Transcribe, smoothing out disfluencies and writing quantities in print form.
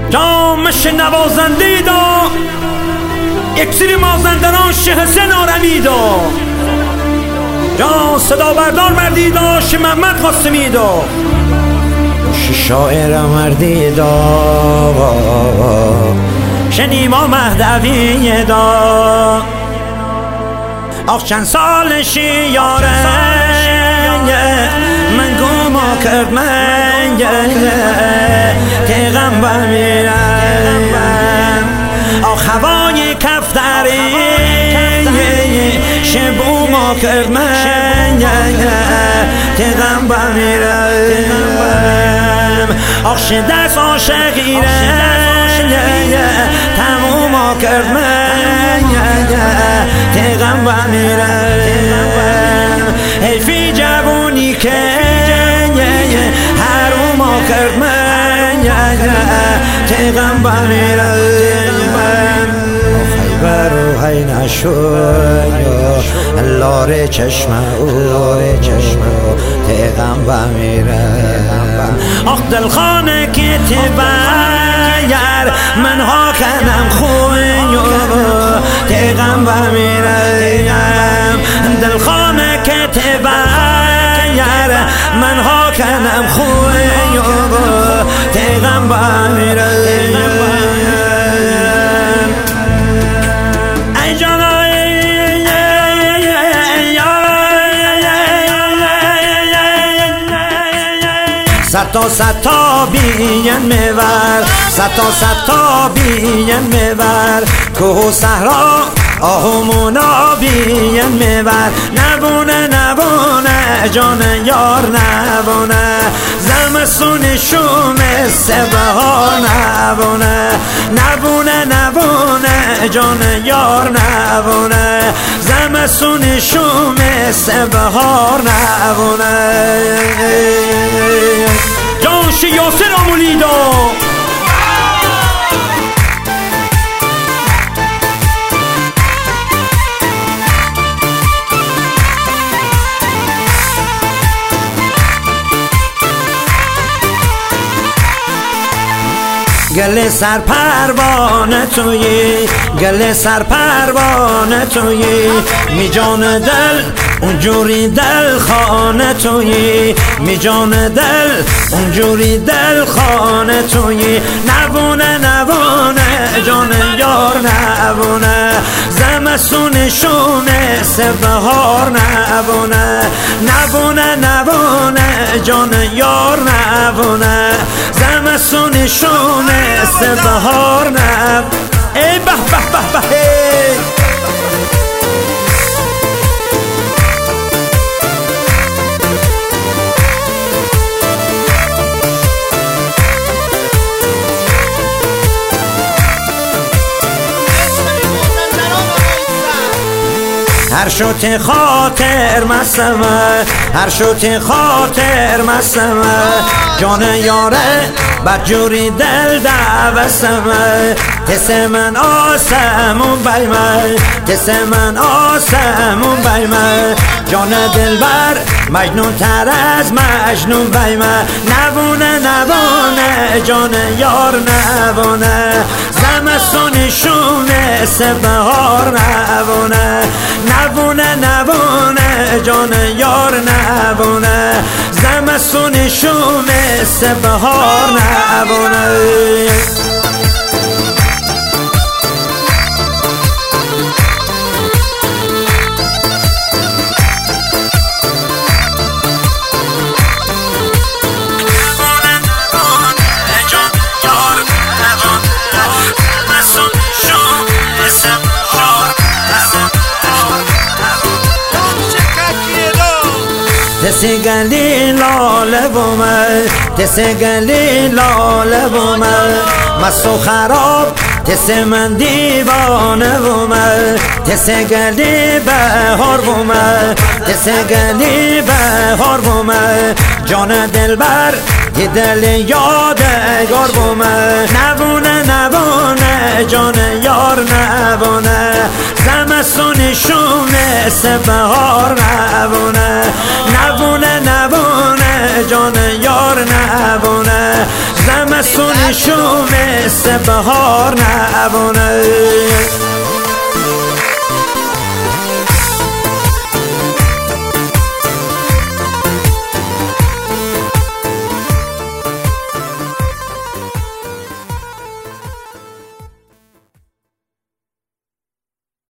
جامش نوازنده دا اکسیر مازندران شه حسین آرمی دا جان صدا بردار مردی دا شه محمد قاسمی دا شه شاعر مردی دا شه نیما مهدوی دا آخ چند سالشی یاره من گما کرد من پیغمبر میرم آخ هوای کفتری شبو ما کرد من پیغمبر میرم آخ شدست عاشقیره تموم ما کرد من پیغمبر میرم حیفی جوونی که حروم کرد من پیغمبر میرم خیبر و هی نشد لاره چشم او پیغمبر میرم آخ دلخانه که تبایر من ها کنم خوی پیغمبر میرم دلخانه که تبایر من ها کنم خوی پیغمبر میرم ای جانای ستا بیان میور ستا بیان میور کوه و صحرا آهمونا بیان میور نبونه جان یار نبونه زمستون شوم سبها نبونه جان یار نبونه زمستون شوم سبها نبونه جانش یاسر آمولیدا گل سر پروانه تویی گل سر پروانه تویی می جان دل اونجوری دل خانه تویی می جان دل اونجوری دل خانه تویی نبونه جان یار نبونه زمستون شونه سبهار نبونه جان یار نبونه زمستون شونه سبهار ای به به به به هر شوت خاطر مسمه هر شوت خاطر مسمه جان یاره بدجوری دل دوستمه تس من آسمون بیمه تس من آسمون بیمه جان دلبر مجنون تر از مجنون بیمه نبونه جان یار نبونه زمستون شونه سبهار نبونه جان یار نبونه زمستون شونه سبهار نبونه تسگلی لاله بومه تسگلی لاله بومه مست و خراب تس من دیوانه بومه تسگلی بهار بومه تسگلی بهار بومه جان دلبر دی دل یادگار بومه نبونه جان یار نبونه زمستون شونه سبهار نبونه جان یار نبونه زمستون فصلشو مثل بهار نبونه